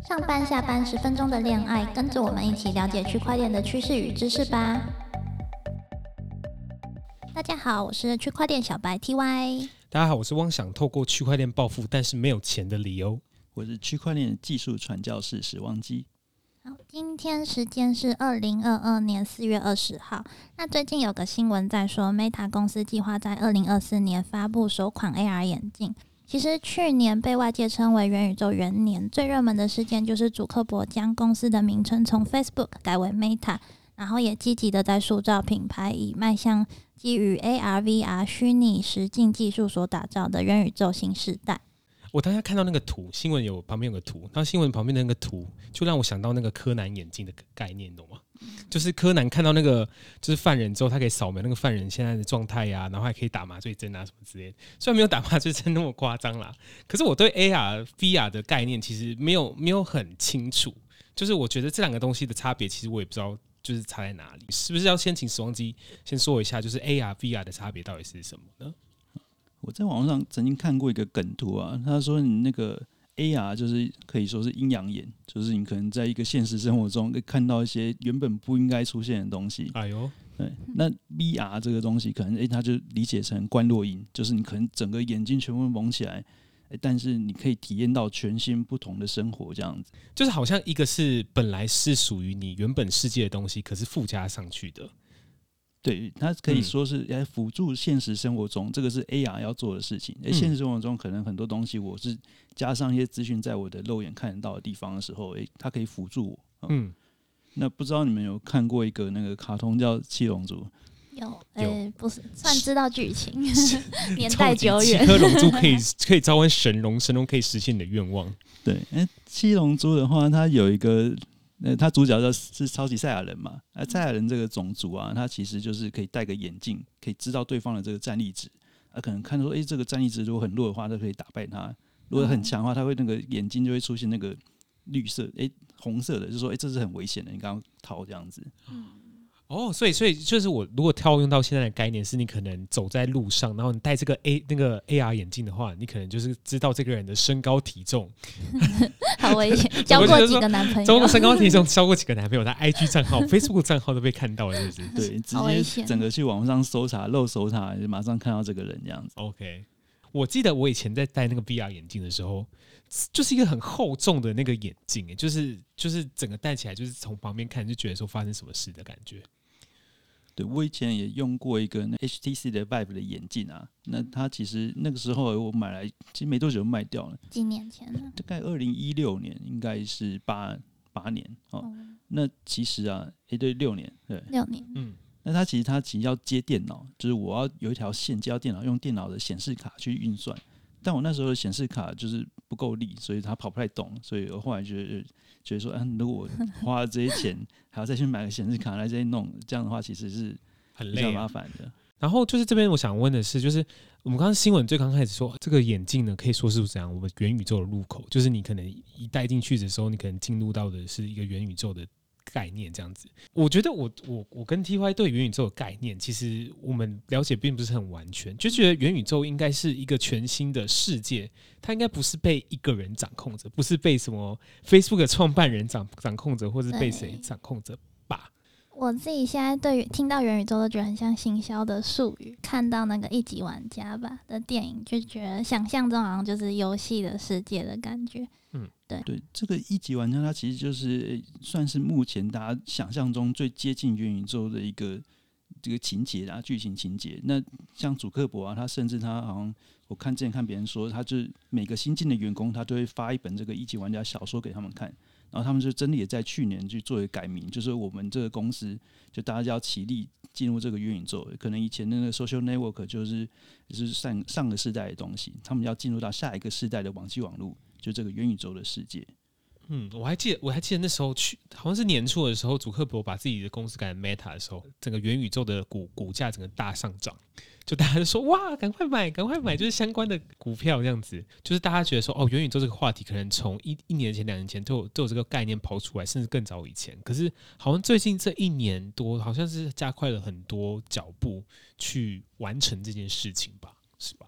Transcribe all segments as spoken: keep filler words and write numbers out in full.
上班下班十分钟的恋爱，跟着我们一起了解区块链的趋势与知识吧。大家好，我是区块链小白 T Y。 大家好，我是妄想透过区块链暴富但是没有钱的理由。 我是区块链技术传教士史旺基。 好，今天时间是二零二二年四月二十号。那最近有个新闻在说 ，Meta 公司计划在二零二四年发布首款 A R 眼镜。其实去年被外界称为元宇宙元年，最热门的事件就是祖克伯将公司的名称从 Facebook 改为 Meta， 然后也积极的在塑造品牌，以迈向基于 A R、V R 虚拟实境技术所打造的元宇宙新时代。 我当时看到那个图，新闻有旁边有个图，然后新闻旁边的那个图就让我想到那个柯南眼镜的概念，懂吗？就是柯南看到那个就是犯人之后，他可以扫描那个犯人现在的状态呀，然后还可以打麻醉针啊什么之类的。虽然没有打麻醉针那么夸张啦，可是我对 A R、V R 的概念其实没有没有很清楚。就是我觉得这两个东西的差别，其实我也不知道就是差在哪里。是不是要先请史旺基先说一下，就是 A R、V R 的差别到底是什么呢？ 我在网络上曾经看过一个梗图啊，他说你那个 A R 就是可以说是阴阳眼，就是你可能在一个现实生活中可以看到一些原本不应该出现的东西。 哎呦， 对，那 V R 这个东西可能哎，它就理解成观落阴，就是你可能整个眼睛全部蒙起来，但是你可以体验到全新不同的生活，这样子。 就是好像一个是本来是属于你原本世界的东西，可是附加上去的。 对，它可以说是来辅助现实生活中，嗯、这个是 A R 要做的事情。哎、嗯，现实生活中可能很多东西，我是加上一些资讯在我的肉眼看得到的地方的时候，哎，它可以辅助我。嗯，嗯那不知道你们有看过一个那个卡通叫《七龙珠》？ 有，哎，不是，算知道剧情，年代久远。 七颗龙珠可以可以召唤神龙，神龙可以实现你的愿望。 对，哎，七龙珠的话，它有一个。呃，他主角是超级赛亚人嘛？而赛亚人这个种族啊，他其实就是可以戴个眼镜，可以知道对方的这个战力值。啊，可能看说，哎、欸，这个战力值如果很弱的话，他可以打败他；如果很强的话，他会那个眼睛就会出现那个绿色，哎、欸，红色的，就是说，哎、欸，这是很危险的，你刚刚逃这样子。嗯哦，所以所以就是我如果套用到现在的概念，是你可能走在路上，然后你戴这个 A 那个 A R 眼镜的话，你可能就是知道这个人的身高体重， 好危险，交过几个男朋友， 中身高体重交过几个男朋友，他 I G 账号、Facebook 账号都被看到了，是不是？ 对，直接整个去网上搜查、漏搜查，马上看到这个人这样子。 OK， 我记得我以前在戴那个 V R 眼镜的时候，就是一个很厚重的那个眼镜，就是就是整个戴起来，就是从旁边看就觉得说发生什么事的感觉。 对，我以前也用过一个 H T C 的 Vive 的眼镜啊，那它其实那个时候我买来，其实没多久就卖掉了。 几年前呢？ 大概二零一六年，应该是八八年哦、嗯。那其实啊，哎、欸，对，六年，对， 六年， 嗯。 那它其实它其实要接电脑，就是我要有一条线接到电脑，用电脑的显示卡去运算。但我那时候的显示卡就是不够力，所以它跑不太动，所以我后来觉得觉得说，嗯、啊，如果我花了这些钱，还要再去买个显示卡来这些弄，这样的话其实是很比较麻烦的。 然后就是这边我想问的是，就是我们刚刚新闻最刚开始说，这个眼镜呢可以说是怎样，我们元宇宙的入口，就是你可能一戴进去的时候，你可能进入到的是一个元宇宙的概念这样子。我觉得我我我跟 T Y 对元宇宙的概念，其实我们了解并不是很完全，就觉得元宇宙应该是一个全新的世界，它应该不是被一个人掌控着，不是被什么 Facebook 的创办人掌掌控着，或是被谁掌控着吧。 我自己现在对听到元宇宙都觉得很像行销的术语，看到那个一级玩家吧的电影，就觉得想象中好像就是游戏的世界的感觉。嗯，对对，这个一级玩家他其实就是算是目前大家想象中最接近元宇宙的一个这个情节啊，剧情情节。那像祖克伯啊，他甚至他好像我看之前看别人说，他就是每个新进的员工，他都会发一本这个一级玩家小说给他们看。然后他们就真的也在去年去做一个改名，就是我们这个公司就大家要齐力进入这个元宇宙。可能以前那个 social network 就是就是上上个世代的东西，他们要进入到下一个世代的网际网络，就这个元宇宙的世界。 嗯，我还记得，我还记得那时候去，好像是年初的时候，祖克伯把自己的公司改成 Meta 的时候，整个元宇宙的股股价整个大上涨，就大家就说哇，赶快买，赶快买，就是相关的股票这样子，就是大家觉得说哦，元宇宙这个话题可能从一一年前、两年前都有都有这个概念跑出来，甚至更早以前，可是好像最近这一年多，好像是加快了很多脚步去完成这件事情吧，是吧？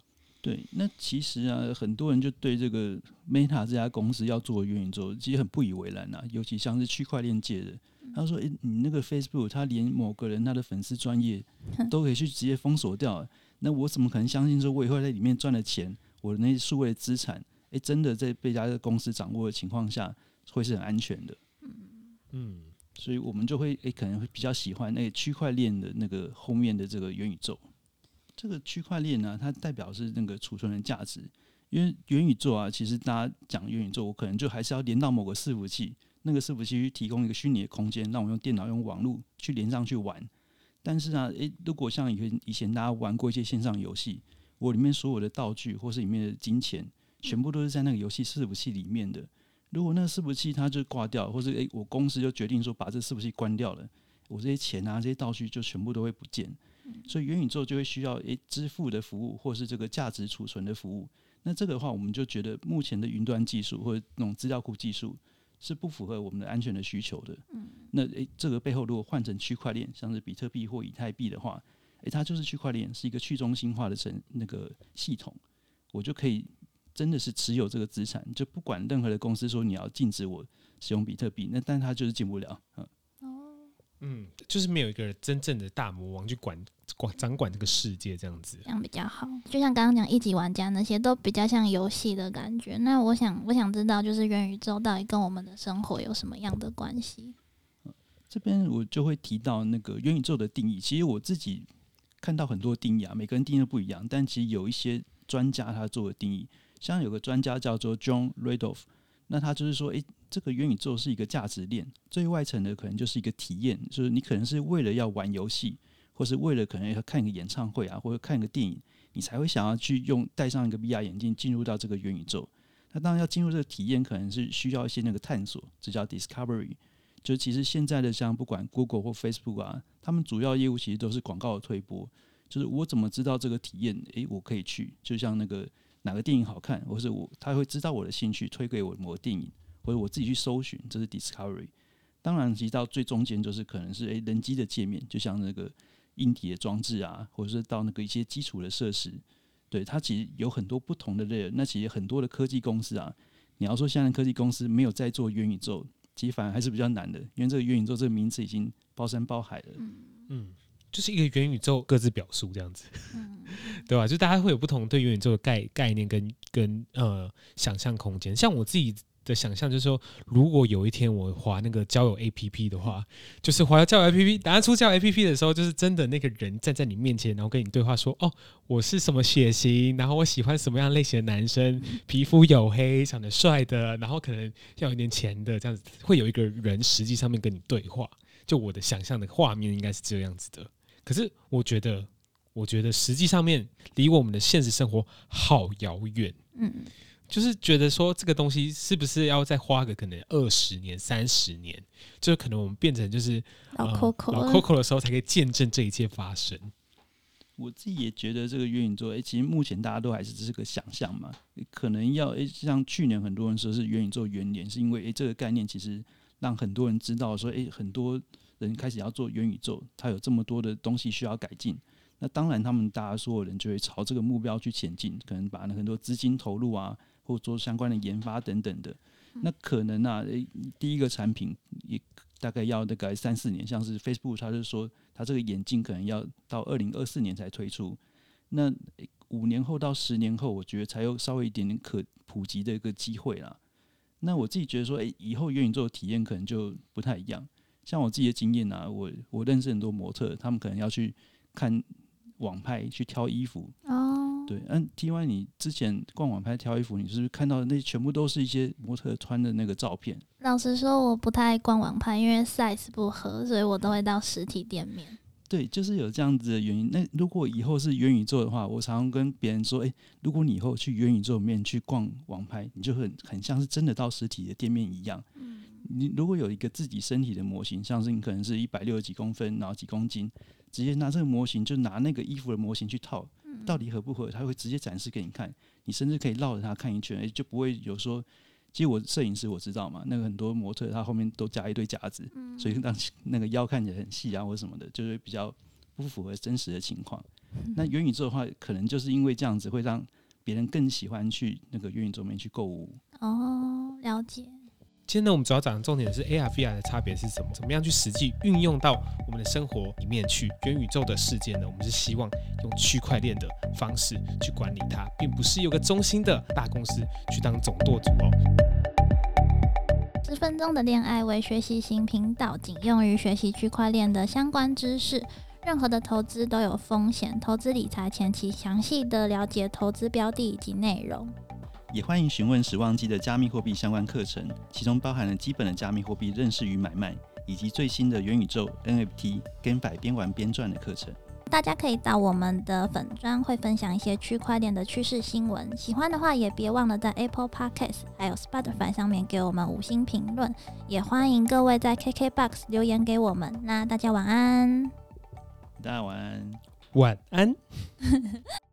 对，那其实啊，很多人就对这个 Meta 这家公司要做元宇宙，其实很不以为然啊。尤其像是区块链界的，他说：“诶、欸，你那个 Facebook， 他连某个人他的粉丝专页都可以去直接封锁掉，那我怎么可能相信说，我以后在里面赚的钱，我的那些数位资产，诶、欸，真的在被这家公司掌握的情况下，会是很安全的？”嗯，所以我们就会诶、欸，可能会比较喜欢那个区块链的那个后面的这个元宇宙。这个区块链呢，它代表是那个储存的价值，因为元宇宙啊，其实大家讲元宇宙，我可能就还是要连到某个伺服器，那个伺服器去提供一个虚拟的空间，让我用电脑、用网络去连上去玩。但是啊，诶，如果像以前大家玩过一些线上游戏，我里面所有的道具或是里面的金钱，全部都是在那个游戏伺服器里面的。如果那个伺服器它就挂掉，或是诶我公司就决定说把这伺服器关掉了，我这些钱啊、这些道具就全部都会不见。所以元宇宙就会需要诶支付的服务，或是这个价值储存的服务。那这个的话，我们就觉得目前的云端技术或者那种资料库技术是不符合我们的安全的需求的。嗯、那诶，这个背后如果换成区块链，像是比特币或以太币的话，诶，它就是区块链，是一个去中心化的成那个系统，我就可以真的是持有这个资产，就不管任何的公司说你要禁止我使用比特币，那但它就是进不了。嗯嗯，就是没有一个真正的大魔王去管管掌管这个世界，这样子， 这样比较好。就像刚刚讲一级玩家那些，都比较像游戏的感觉。那我想，我想知道，就是元宇宙到底跟我们的生活有什么样的关系？ 这边我就会提到那个元宇宙的定义。其实我自己看到很多定义啊，每个人定义都不一样，但其实有一些专家他做的定义，像有个专家叫做 John Randolph。那他就是说，诶，这个元宇宙是一个价值链，最外层的可能就是一个体验，就是你可能是为了要玩游戏，或是为了可能要看一个演唱会啊，或者看一个电影，你才会想要去用戴上一个 V R 眼镜进入到这个元宇宙。那当然要进入这个体验，可能是需要一些那个探索，这叫 discovery。就其实现在的像不管 Google 或 Facebook 啊，他们主要业务其实都是广告的推播，就是我怎么知道这个体验，诶，我可以去，就像那个。哪个电影好看，或是我他会知道我的兴趣，推给我某个电影，或者我自己去搜寻，这是 discovery。当然，其实到最中间就是可能是诶人机的界面，就像那个硬体的装置啊，或者是到那个一些基础的设施，对它其实有很多不同的类。那其实很多的科技公司啊，你要说现在科技公司没有在做元宇宙，其实反而还是比较难的，因为这个元宇宙这个名词已经包山包海了。嗯。 嗯就是一个元宇宙各自表述这样子，嗯、对吧？就大家会有不同对元宇宙的概概念跟跟呃想象空间。像我自己的想象就是说，如果有一天我滑那个交友 A P P 的话，就是滑交友 A P P， 打出交友 A P P 的时候，就是真的那个人站在你面前，然后跟你对话说：“哦，我是什么血型，然后我喜欢什么样类型的男生，皮肤黝黑，长得帅的，然后可能要有点钱的，这样子会有一个人实际上面跟你对话。”就我的想象的画面应该是这样子的。可是我觉得，我觉得实际上面离我们的现实生活好遥远。嗯，就是觉得说这个东西是不是要再花个可能二十年、三十年，就可能我们变成就是老 Coco、 呃、老 Coco 的时候才可以见证这一切发生。 我自己也觉得这个元宇宙，哎，其实目前大家都还是只是个想象嘛，可能要哎，像去年很多人说是元宇宙元年，是因为哎这个概念其实让很多人知道说，哎，很多人开始要做元宇宙，它有这么多的东西需要改进。那当然，他们大家所有人就会朝这个目标去前进，可能把很多资金投入啊，或做相关的研发等等的。那可能啊，诶，第一个产品也大概要大概三四年，像是 Facebook， 它就说它这个眼镜可能要到二零二四年才推出。那五年后到十年后，我觉得才有稍微一点点可普及的一个机会啦。那我自己觉得说，诶，以后元宇宙的体验可能就不太一样。像我自己的经验啊，我我认识很多模特，他们可能要去看网拍去挑衣服哦，对，嗯 ，T Y， 你之前逛网拍挑衣服，你是不是看到的那全部都是一些模特穿的那个照片？ 老实说，我不太逛网拍，因为 size 不合，所以我都会到实体店面。 对，就是有这样子的原因。那如果以后是元宇宙的话，我常常跟别人说，哎、欸，如果你以后去元宇宙里面去逛网拍，你就很很像是真的到实体的店面一样。嗯，你如果有一个自己身体的模型，像是你可能是一百六十几公分，然后几公斤。直接拿这个模型，就拿那个衣服的模型去套，到底合不合？他会直接展示给你看，你甚至可以绕着它看一圈，欸，就不会有说。其实我摄影师我知道嘛，那个很多模特他后面都加一堆夹子，嗯、所以让那个腰看起来很细啊或什么的，就是比较不符合真实的情况。嗯、那元宇宙的话，可能就是因为这样子会让别人更喜欢去那个元宇宙里面去购物。 哦，了解。 今天呢，我们主要讲的重点是 A R V R 的差别是什么？怎么样去实际运用到我们的生活里面去？元宇宙的世界呢，我们是希望用区块链的方式去管理它，并不是有个中心的大公司去当总舵主哦。 十分钟的恋爱为学习型频道，仅用于学习区块链的相关知识。任何的投资都有风险，投资理财前期详细的了解投资标的以及内容。 也欢迎询问时旺基的加密货币相关课程，其中包含了基本的加密货币认识与买卖，以及最新的元宇宙 N F T、GameFi 边玩边赚的课程。 大家可以到我们的粉专会分享一些区块链的趋势新闻，喜欢的话也别忘了在 Apple Podcast 还有 Spotify 上面给我们五星评论，也欢迎各位在 K K B O X 留言给我们。那大家晚安。 大家晚安。 晚安。